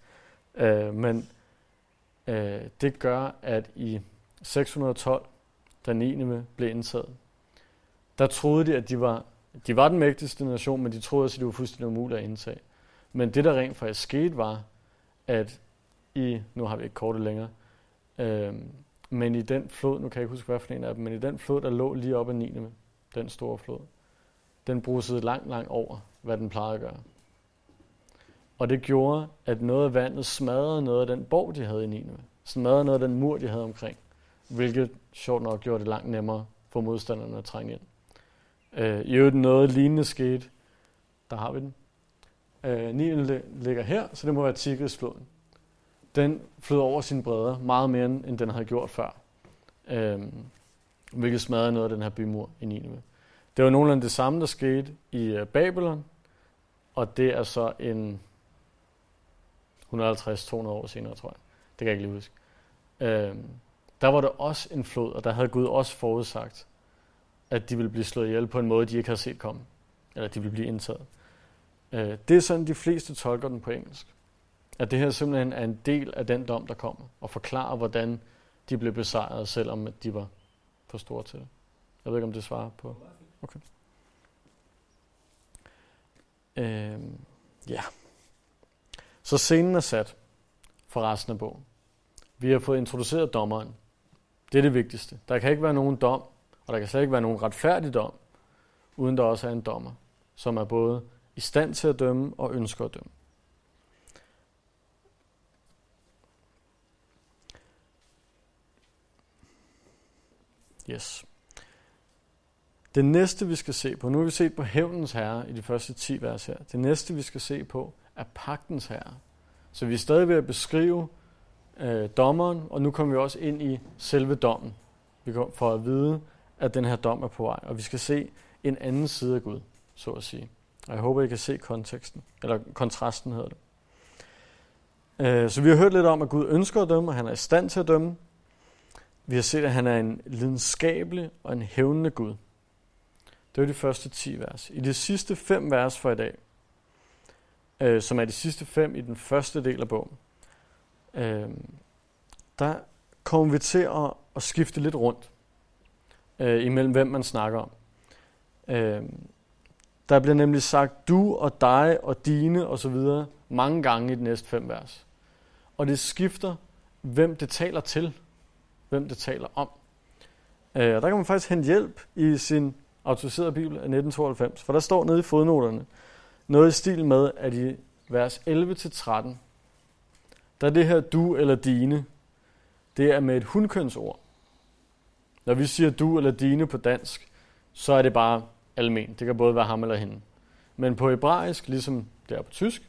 det gør, at i 612, da Nineve blev indtaget, der troede de, at de var den mægtigste nation, men de troede også, at det var fuldstændig umuligt at indtage. Men det, der rent faktisk skete, var, at nu har vi ikke kortet længere, men i den flod, nu kan jeg ikke huske, hvad for en af dem, men i den flod, der lå lige op ad Nineve, den store flod, den brusede langt over, hvad den plejede at gøre. Og det gjorde, at noget af vandet smadrede noget af den borg, de havde i Nineve. Smadrede noget af den mur, de havde omkring. Hvilket sjovt nok gjorde det langt nemmere for modstanderne at trænge ind. I øvrigt noget lignende skete. Der har vi den. Nilen ligger her, så det må være Tigrisfloden. Den flød over sine bredder meget mere, end den havde gjort før. Hvilket smadrede noget af den her bymur i Nineve. Det var nogenlunde det samme, der skete i Babylon, og det er så en 150-200 år senere, tror jeg. Det kan jeg ikke lige huske. Der var der også en flod, og der havde Gud også forudsagt, at de ville blive slået ihjel på en måde, de ikke havde set komme. Eller de ville blive indtaget. Det er sådan, de fleste tolker den på engelsk. At det her simpelthen er en del af den dom, der kommer, og forklarer, hvordan de blev besejret, selvom de var for store til det. Jeg ved ikke, om det svarer på. Okay. Ja. Så scenen er sat for resten af bogen. Vi har fået introduceret dommeren. Det er det vigtigste. Der kan ikke være nogen dom, og der kan slet ikke være nogen retfærdig dom, uden der også er en dommer, som er både i stand til at dømme og ønsker at dømme. Yes. Det næste, vi skal se på, nu har vi set på hævnens herre i de første 10 vers her. Det næste, vi skal se på, er pagtens herre. Så vi er stadig ved at beskrive dommeren, og nu kommer vi også ind i selve dommen. Vi kommer for at vide, at den her dom er på vej, og vi skal se en anden side af Gud, så at sige. Og jeg håber, I kan se konteksten, eller kontrasten hedder det. Så vi har hørt lidt om, at Gud ønsker at dømme, og han er i stand til at dømme. Vi har set, at han er en lidenskabelig og en hævnende Gud. Det var de første 10 vers. I de sidste 5 vers for i dag, som er de sidste 5 i den første del af bogen, der kommer vi til at skifte lidt rundt imellem, hvem man snakker om. Der bliver nemlig sagt du og dig og dine og så videre mange gange i de næste 5 vers. Og det skifter, hvem det taler til, hvem det taler om. Og der kan man faktisk hente hjælp i sin autoriserede bibel af 1992, for der står nede i fodnoterne noget i stil med, at i vers 11-13, der er det her du eller dine, det er med et hunkønsord. Når vi siger du eller dine på dansk, så er det bare almen. Det kan både være ham eller hende. Men på hebraisk, ligesom det er på tysk,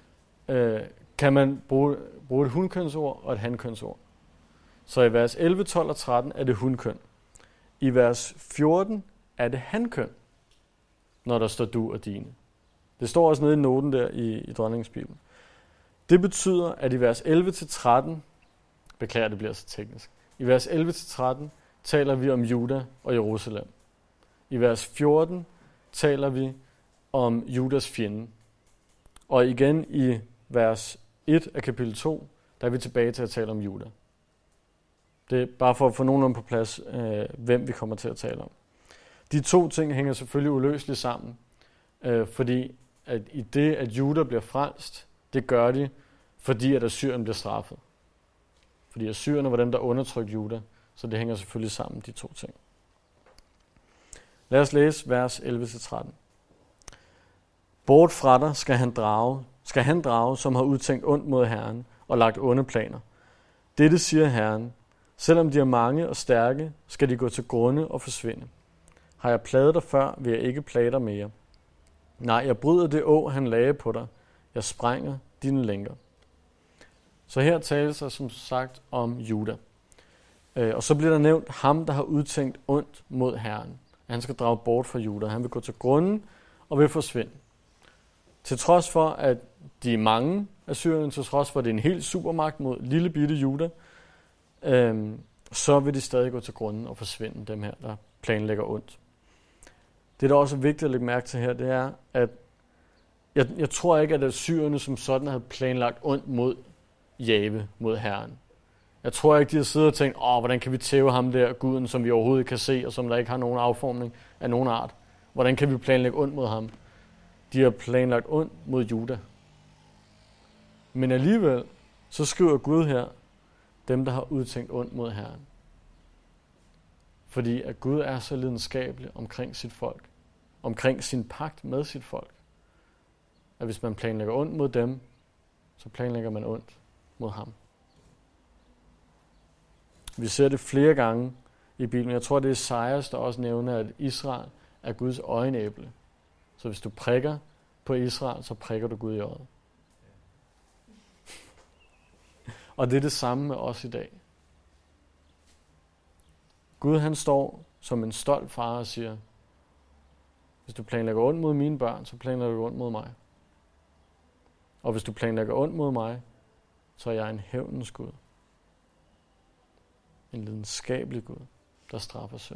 kan man bruge et hunkønsord og et hankønsord. Så i vers 11, 12 og 13 er det hunkøn. I vers 14 er det hankøn, når der står du og dine. Det står også nede i noten der i Dronningens Bibel. Det betyder, at i vers 11-13, beklager det bliver så teknisk, i vers 11-13 taler vi om Juda og Jerusalem. I vers 14 taler vi om Judas fjende. Og igen i vers 1 af kapitel 2, der er vi tilbage til at tale om Juda. Det er bare for at få nogenlunde på plads, hvem vi kommer til at tale om. De 2 ting hænger selvfølgelig uløseligt sammen, fordi at i det, at Juda bliver frelst, det gør de, fordi at Assyrien bliver straffet. Fordi Assyrerne var dem, der undertrykte Juda, så det hænger selvfølgelig sammen, de 2 ting. Lad os læse vers 11-13. Bort fra dig skal han drage, som har udtænkt ondt mod Herren og lagt onde planer. Dette siger Herren. Selvom de er mange og stærke, skal de gå til grunde og forsvinde. Har jeg plaget dig før, vil jeg ikke plage dig mere. Nej, jeg bryder det han lagde på dig. Jeg sprænger dine lænker. Så her tales der som sagt om Juda. Og så bliver der nævnt ham, der har udtænkt ondt mod Herren. Han skal drage bort fra Juda. Han vil gå til grunden og vil forsvinde. Til trods for, at de er mange af Syrien, til trods for, at det er en helt supermagt mod lille bitte Juda, så vil de stadig gå til grunden og forsvinde, dem her, der planlægger ondt. Det, der også er vigtigt at lægge mærke til her, det er, at jeg tror ikke, at Assyrerne som sådan havde planlagt ondt mod Jave, mod Herren. Jeg tror ikke, de har siddet og tænkt, hvordan kan vi tæve ham der, guden, som vi overhovedet ikke kan se, og som der ikke har nogen afformning af nogen art. Hvordan kan vi planlægge ondt mod ham? De har planlagt ondt mod Juda. Men alligevel, så skriver Gud her, dem, der har udtænkt ondt mod Herren. Fordi at Gud er så lidenskabelig omkring sit folk, omkring sin pagt med sit folk, at hvis man planlægger ondt mod dem, så planlægger man ondt mod ham. Vi ser det flere gange i Bibelen. Jeg tror, det er Esajas, der også nævner, at Israel er Guds øjenæble. Så hvis du prikker på Israel, så prikker du Gud i øjet. Og det er det samme med os i dag. Gud, han står som en stolt far og siger, hvis du planlægger ondt mod mine børn, så planlægger du ondt mod mig. Og hvis du planlægger ondt mod mig, så er jeg en hævnens Gud. En lidenskabelig Gud, der straffer synd.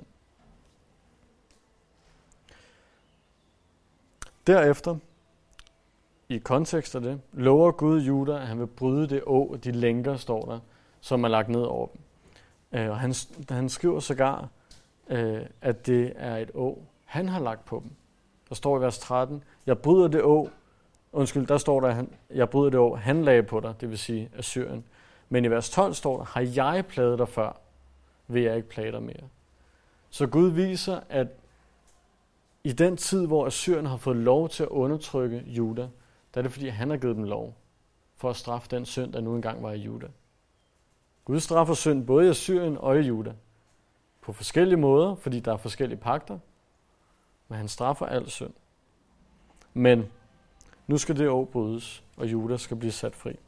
Derefter, i kontekst af det, lover Gud Juda, at han vil bryde det og de lænker, står der, som er lagt ned over dem. Og han skriver sågar, at det er et han har lagt på dem. Der står i vers 13, jeg bryder det der står der, jeg bryder det han lagde på dig, det vil sige Assyrien. Men i vers 12 står der, har jeg plaget dig før, vil jeg ikke plage dig mere. Så Gud viser, at i den tid, hvor Assyrien har fået lov til at undertrykke Juda, der er det fordi, han har givet dem lov for at straffe den synd, der nu engang var i Juda. Gud straffer synd både i Assyrien og i Juda. På forskellige måder, fordi der er forskellige pagter. men han straffer al synd. Men nu skal det åg brydes, og Juda skal blive sat fri.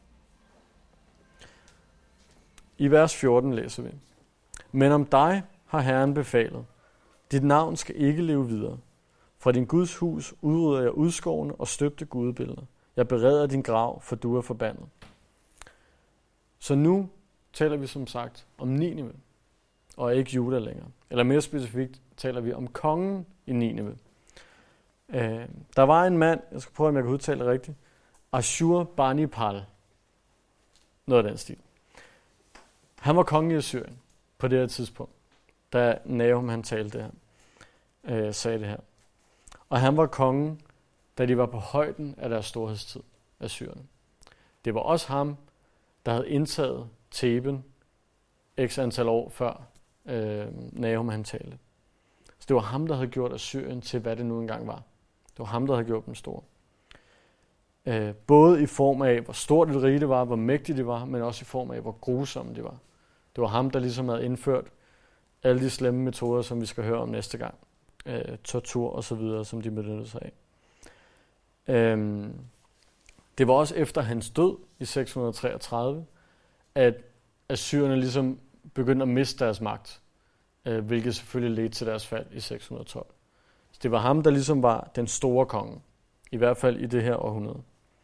I vers 14 læser vi: Men om dig har Herren befalet, dit navn skal ikke leve videre. Fra din Guds hus udrydder jeg udskovne og støbte gudebilleder. Jeg bereder din grav, for du er forbandet. Så nu taler vi som sagt om Nineve, og ikke Juda længere. Eller mere specifikt taler vi om kongen i Nineve. Der var en mand, jeg skal prøve, om jeg kan udtale det rigtigt, Ashurbanipal. Noget af den stil. Han var konge i Assyrien på det her tidspunkt, da Nahum han talte det her, sagde det her. Og han var kongen, da de var på højden af deres storhedstid, Assyrerne. Det var også ham, der havde indtaget Theben x antal år før Nahum han talte. Så det var ham, der havde gjort Assyrien til, hvad det nu engang var. Det var ham, der havde gjort dem store. Både i form af, hvor stort et rige det var, hvor mægtigt det var, men også i form af, hvor grusomme det var. Det var ham, der ligesom havde indført alle de slemme metoder, som vi skal høre om næste gang. Tortur og så videre, som de benyttede sig af. Det var også efter hans død i 633, at Assyrerne ligesom begyndte at miste deres magt, hvilket selvfølgelig ledte til deres fald i 612. Så det var ham, der ligesom var den store konge, i hvert fald i det her århundrede.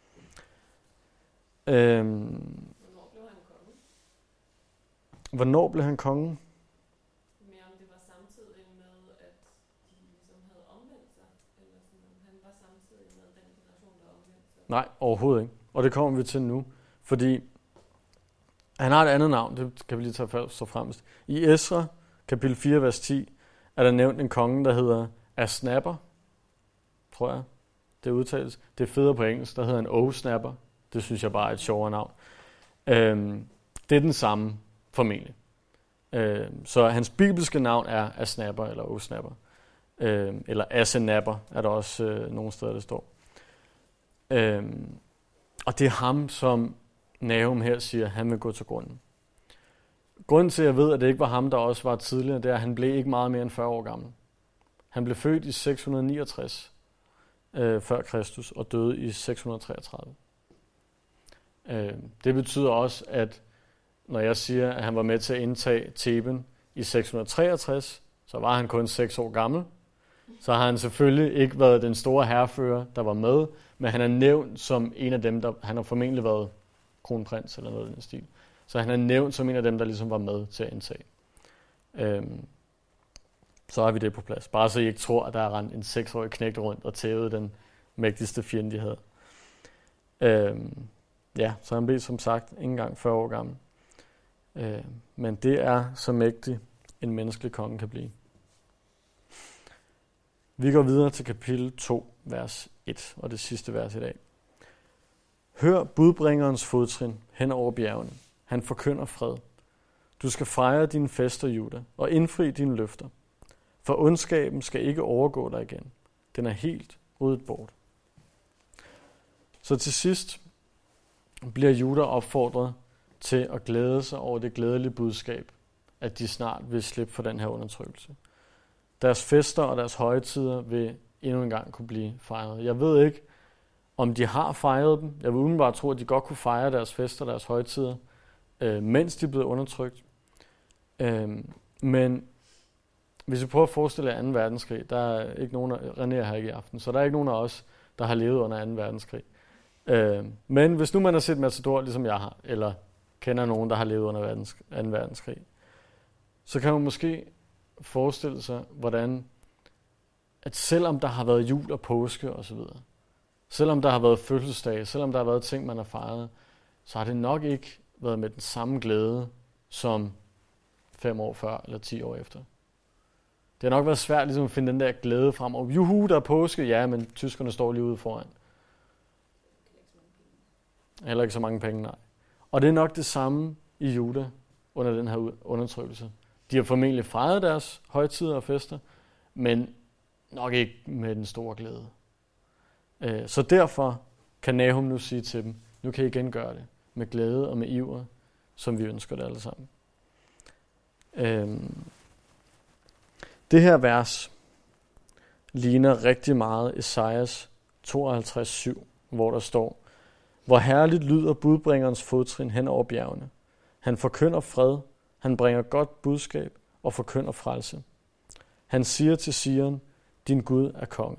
Hvornår blev han konge? Mere om det var samtidig med, at de ligesom havde omvendt sig, eller sådan, han var samtidig med den generation, der omvendte sig. Nej, overhovedet ikke. Og det kommer vi til nu, fordi han har et andet navn, det kan vi lige tage først og fremmest. I Esra, kapitel 4, vers 10, er der nævnt en konge, der hedder Asnapper, tror jeg, det udtales. Det er federe på engelsk, der hedder en O-snapper. Det synes jeg bare er et sjovere navn. Det er den samme, formentlig. Så hans bibelske navn er Asnapper eller O-snapper. Eller Asenapper er der også nogle steder, der står. Og det er ham, som Nahum her siger, han vil gå til grunden. Grunden til, at jeg ved, at det ikke var ham, der også var tidligere, det er, at han blev ikke meget mere end 40 år gammel. Han blev født i 669 før Kristus og døde i 633. Det betyder også, at når jeg siger, at han var med til at indtage Theben i 663, så var han kun 6 år gammel. Så har han selvfølgelig ikke været den store hærfører, der var med, men han er nævnt som en af dem, han har formentlig været kronprins eller noget i den stil. Så han er nævnt som en af dem, der ligesom var med til at indtage. Så har vi det på plads. Bare så I ikke tror, at der er rendt en 6-årig knægt rundt og tævede den mægtigste fjende, de havde. Så han blev som sagt ikke engang 40 år gammel. Men det er så mægtig en menneskelig konge kan blive. Vi går videre til kapitel 2, vers 1, og det sidste vers i dag. Hør budbringerens fodtrin hen over bjergene. Han forkynder fred. Du skal fejre dine fester, Juda, og indfri dine løfter. For ondskaben skal ikke overgå dig igen. Den er helt ryddet bort. Så til sidst bliver Juda opfordret til at glæde sig over det glædelige budskab, at de snart vil slippe for den her undertrykkelse. Deres fester og deres højtider vil endnu en gang kunne blive fejret. Jeg ved ikke, om de har fejret dem. Jeg vil umiddelbart tro, at de godt kunne fejre deres fester og deres højtider, mens de blev undertrykt. Men hvis vi prøver at forestille jer 2. verdenskrig, der er ikke nogen af René her ikke i aften, så der er ikke nogen af os, der har levet under 2. verdenskrig. Men hvis nu man har set Matador, ligesom jeg har, eller kender nogen, der har levet under 2. verdenskrig, så kan man måske forestille sig, hvordan, at selvom der har været jul og påske osv., selvom der har været fødselsdag, selvom der har været ting, man har fejret, så har det nok ikke været med den samme glæde som 5 år før eller 10 år efter. Det har nok været svært ligesom at finde den der glæde frem. Og juhu, der er påske, ja, men tyskerne står lige ude foran. Heller ikke så mange penge, nej. Og det er nok det samme i Juda under den her undertrykkelse. De har formentlig fejret deres højtider og fester, men nok ikke med den store glæde. Så derfor kan Nahum nu sige til dem, nu kan I igen gøre det med glæde og med iver, som vi ønsker det alle sammen. Det her vers ligner rigtig meget Esajas 52:7, hvor der står: Hvor herligt lyder budbringerens fodtrin hen over bjergene. Han forkynder fred, han bringer godt budskab og forkynder frelse. Han siger til Sion, din Gud er konge.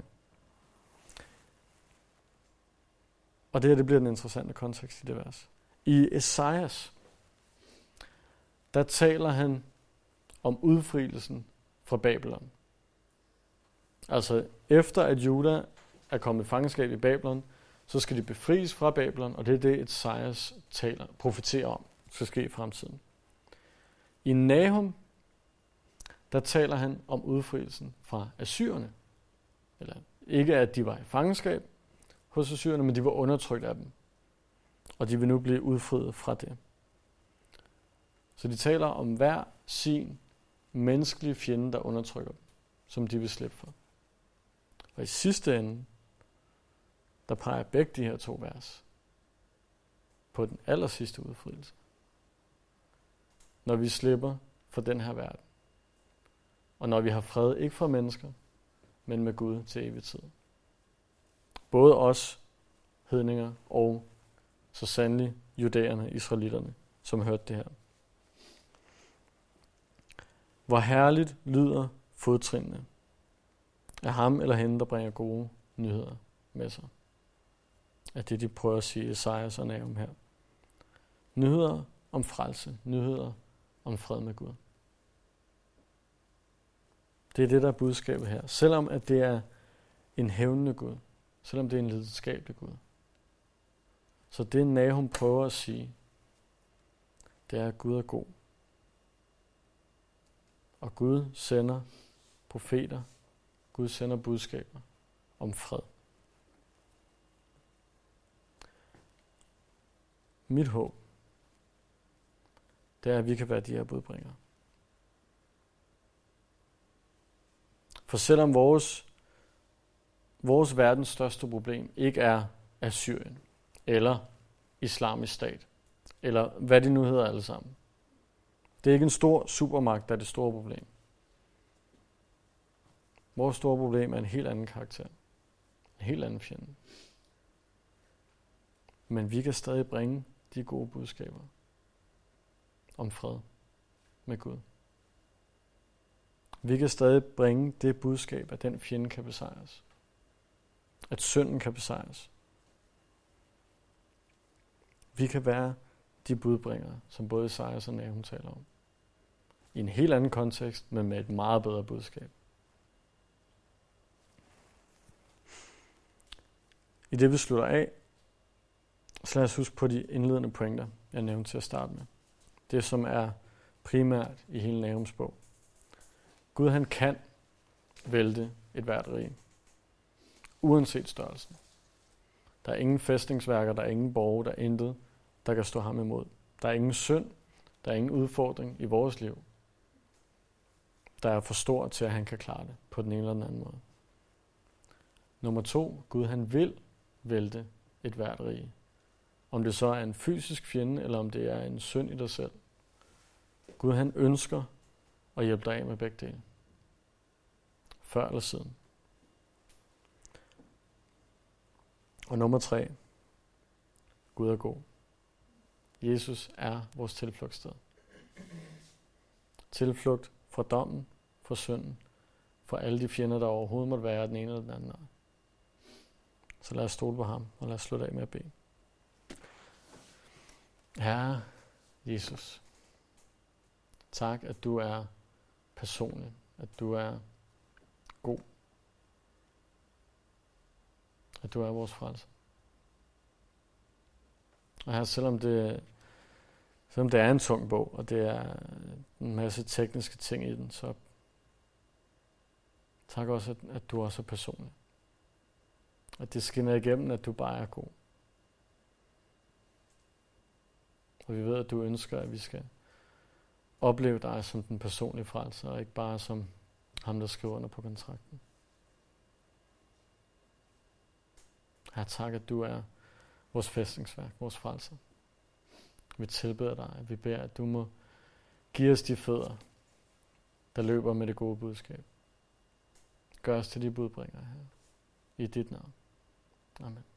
Og det bliver den interessante kontekst i det vers. I Esajas, der taler han om udfrielsen fra Babylon. Altså efter at Juda er kommet i fangenskab i Babylon, så skal de befries fra Babylon, og det er det, Esajas profeterer om, skal ske i fremtiden. I Nahum, der taler han om udfrielsen fra assyrerne. Eller ikke at de var i fangenskab hos assyrerne, men de var undertrykt af dem. Og de vil nu blive udfriet fra det. Så de taler om hver sin menneskelige fjende, der undertrykker dem, som de vil slippe for. Og i sidste ende, der peger begge de her to vers på den aller sidste udfrielse. Når vi slipper for den her verden. Og når vi har fred, ikke fra mennesker, men med Gud til evig tid. Både os, hedninger, og så sandelig judæerne, israelitterne, som hørte det her. Hvor herligt lyder fodtrinene af ham eller hende, der bringer gode nyheder med sig. Af det, de prøver at sige Esajas og Nahum her. Nyheder om frelse, nyheder om fred med Gud. Det er det, der er budskabet her. Selvom at det er en hævnende Gud, selvom det er en lidenskabelig Gud. Så det Nahum prøver at sige, det er, at Gud er god. Og Gud sender profeter, Gud sender budskaber om fred. Mit håb, det er, at vi kan være de her budbringere. For selvom vores verdens største problem ikke er Assyrien, eller Islamisk Stat, eller hvad de nu hedder alle sammen. Det er ikke en stor supermagt, der er det store problem. Vores store problem er en helt anden karakter. En helt anden fjende. Men vi kan stadig bringe de gode budskaber om fred med Gud. Vi kan stadig bringe det budskab, at den fjende kan besejres. At synden kan besejres. Vi kan være de budbringere, som både Esajas og Nahum taler om. I en helt anden kontekst, men med et meget bedre budskab. I det vi slutter af, så lad os huske på de indledende pointer, jeg nævnte til at starte med. Det som er primært i hele Nahums bog. Gud han kan vælte et hvert rige. Uanset størrelsen. Der er ingen fæstningsværker, der er ingen borge, der er intet, der kan stå ham imod. Der er ingen synd, der er ingen udfordring i vores liv, der er for stor til, at han kan klare det på den ene eller den anden måde. Nummer 2, Gud han vil vælte et hvert rige. Om det så er en fysisk fjende, eller om det er en synd i dig selv. Gud han ønsker at hjælpe dig af med begge dele. Før eller siden. Og nummer 3, Gud er god. Jesus er vores tilflugtssted. Tilflugt fra dommen, fra synden, fra alle de fjender, der overhovedet måtte være den ene eller den anden. Så lad os stole på ham, og lad os slutte af med at bede. Herre Jesus, tak, at du er personlig, at du er god, at du er vores frelser. Og her, selvom det er en tung bog, og det er en masse tekniske ting i den, så tak også, at du også er personlig. At det skinner igennem, at du bare er god. Og vi ved, at du ønsker, at vi skal opleve dig som den personlige frelser, og ikke bare som ham, der skriver under på kontrakten. Her tak, at du er vores fæstningsværk, vores frelser. Vi tilbeder dig, vi beder, at du må give os de fødder, der løber med det gode budskab. Gør os til de budbringere her. I dit navn. Amen.